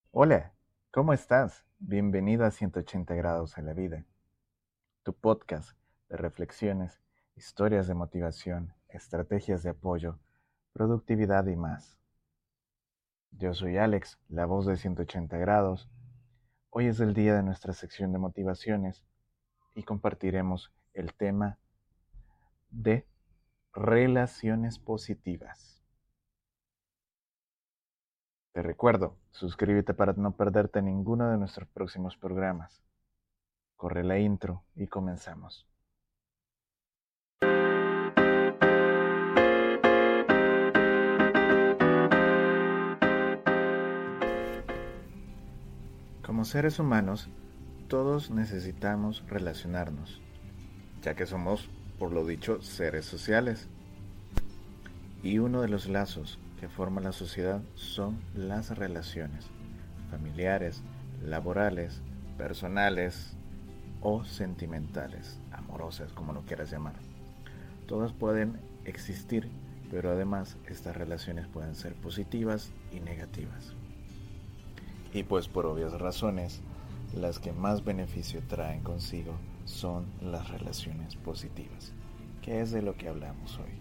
Hola, ¿cómo estás? Bienvenido a 180 grados en la vida, tu podcast de reflexiones, historias de motivación, estrategias de apoyo, productividad y más. Yo soy Alex, la voz de 180 grados. Hoy es el día de nuestra sección de motivaciones y compartiremos el tema de relaciones positivas. Te recuerdo, suscríbete para no perderte ninguno de nuestros próximos programas. Corre la intro y comenzamos. Como seres humanos, todos necesitamos relacionarnos, ya que somos, por lo dicho, seres sociales. Y uno de los lazos que forma la sociedad son las relaciones familiares, laborales, personales o sentimentales, amorosas, como lo quieras llamar. Todas pueden existir, pero además estas relaciones pueden ser positivas y negativas. Y pues por obvias razones, las que más beneficio traen consigo son las relaciones positivas, que es de lo que hablamos hoy.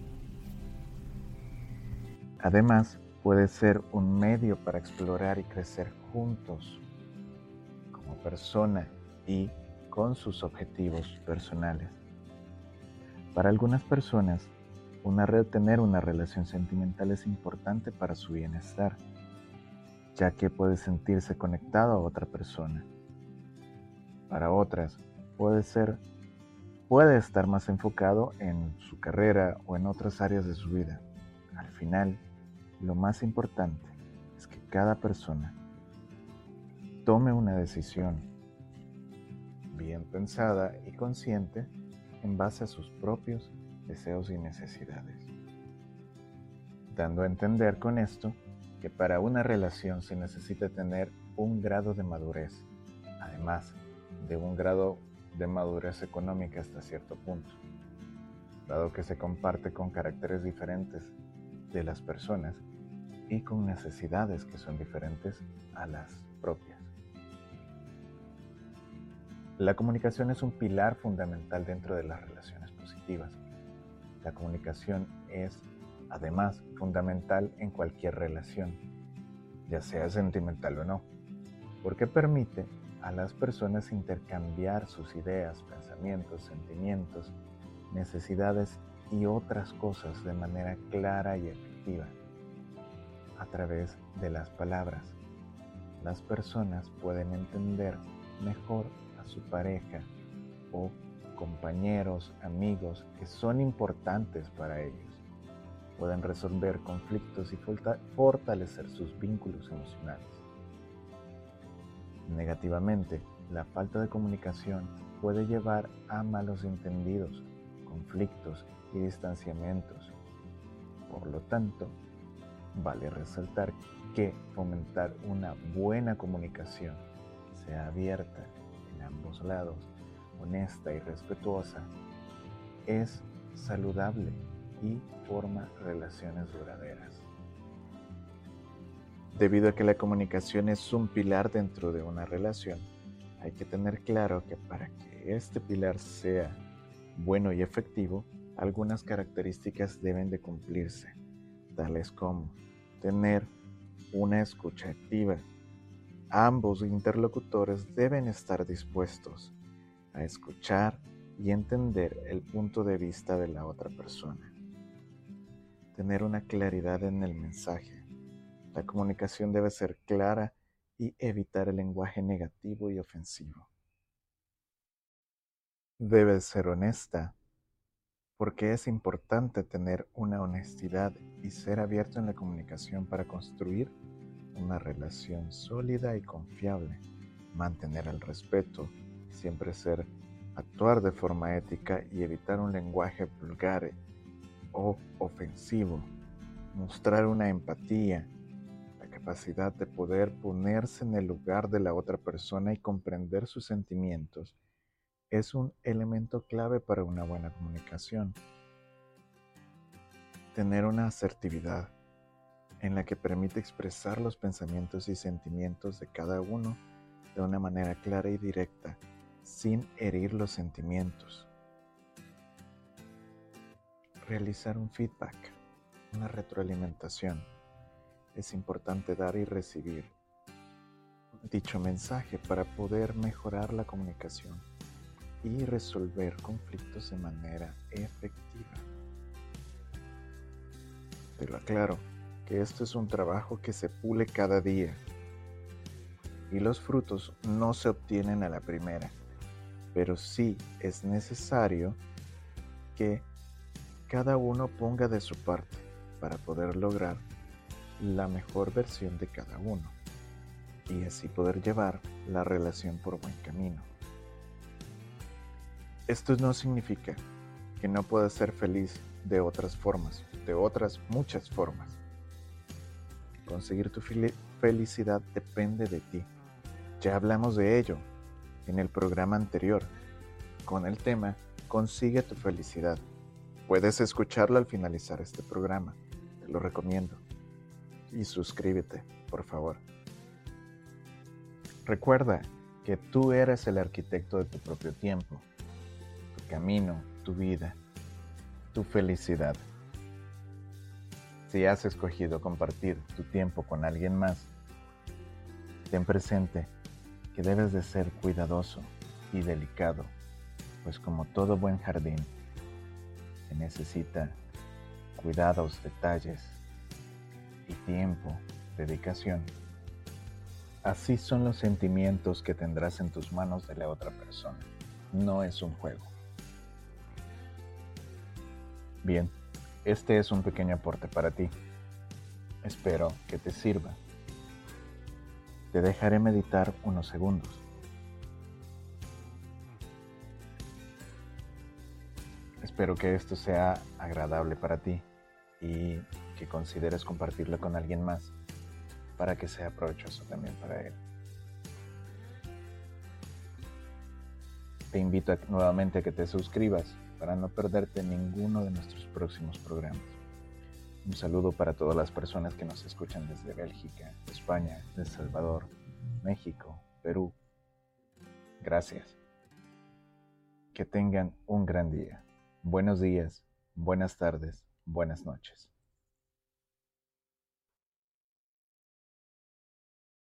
Además, puede ser un medio para explorar y crecer juntos como persona y con sus objetivos personales. Para algunas personas, tener una relación sentimental es importante para su bienestar, ya que puede sentirse conectado a otra persona. Para otras, puede estar más enfocado en su carrera o en otras áreas de su vida. Al final, lo más importante es que cada persona tome una decisión bien pensada y consciente en base a sus propios deseos y necesidades, dando a entender con esto que para una relación se necesita tener un grado de madurez, además de un grado de madurez económica hasta cierto punto, dado que se comparte con caracteres diferentes de las personas y con necesidades que son diferentes a las propias. La comunicación es un pilar fundamental dentro de las relaciones positivas. La comunicación es, además, fundamental en cualquier relación, ya sea sentimental o no, porque permite a las personas intercambiar sus ideas, pensamientos, sentimientos, necesidades y otras cosas de manera clara y efectiva a través de las palabras. Las personas pueden entender mejor a su pareja o compañeros, amigos que son importantes para ellos. Pueden resolver conflictos y fortalecer sus vínculos emocionales. Negativamente, la falta de comunicación puede llevar a malos entendidos, conflictos y distanciamientos. Por lo tanto, vale resaltar que fomentar una buena comunicación, sea abierta en ambos lados, honesta y respetuosa, es saludable y forma relaciones duraderas. Debido a que la comunicación es un pilar dentro de una relación, hay que tener claro que para que este pilar sea bueno y efectivo, algunas características deben de cumplirse, tales como tener una escucha activa. Ambos interlocutores deben estar dispuestos a escuchar y entender el punto de vista de la otra persona. Tener una claridad en el mensaje. La comunicación debe ser clara y evitar el lenguaje negativo y ofensivo. Debe ser honesta, porque es importante tener una honestidad y ser abierto en la comunicación para construir una relación sólida y confiable. Mantener el respeto, siempre actuar de forma ética y evitar un lenguaje vulgar o ofensivo. Mostrar una empatía, la capacidad de poder ponerse en el lugar de la otra persona y comprender sus sentimientos es un elemento clave para una buena comunicación. Tener una asertividad. en la que permite expresar los pensamientos y sentimientos de cada uno de una manera clara y directa, sin herir los sentimientos. Realizar un feedback, una retroalimentación. Es importante dar y recibir dicho mensaje para poder mejorar la comunicación y resolver conflictos de manera efectiva. Te lo aclaro, que esto es un trabajo que se pule cada día y los frutos no se obtienen a la primera, pero sí es necesario que cada uno ponga de su parte para poder lograr la mejor versión de cada uno y así poder llevar la relación por buen camino. Esto no significa que no puedas ser feliz de otras formas, de otras muchas formas. Conseguir tu felicidad depende de ti. Ya hablamos de ello en el programa anterior, con el tema Consigue tu felicidad. Puedes escucharlo al finalizar este programa, te lo recomiendo. Y suscríbete, por favor. Recuerda que tú eres el arquitecto de tu propio tiempo, tu camino, tu vida, tu felicidad. Si has escogido compartir tu tiempo con alguien más, ten presente que debes de ser cuidadoso y delicado, pues como todo buen jardín, que necesita cuidados, detalles y tiempo, dedicación. Así son los sentimientos que tendrás en tus manos de la otra persona. No es un juego. Bien, este es un pequeño aporte para ti. Espero que te sirva. Te dejaré meditar unos segundos. Espero que esto sea agradable para ti y que consideres compartirlo con alguien más para que sea provechoso también para él. Te invito nuevamente a que te suscribas para no perderte ninguno de nuestros próximos programas. Un saludo para todas las personas que nos escuchan desde Bélgica, España, El Salvador, México, Perú. Gracias. Que tengan un gran día. Buenos días, buenas tardes, buenas noches.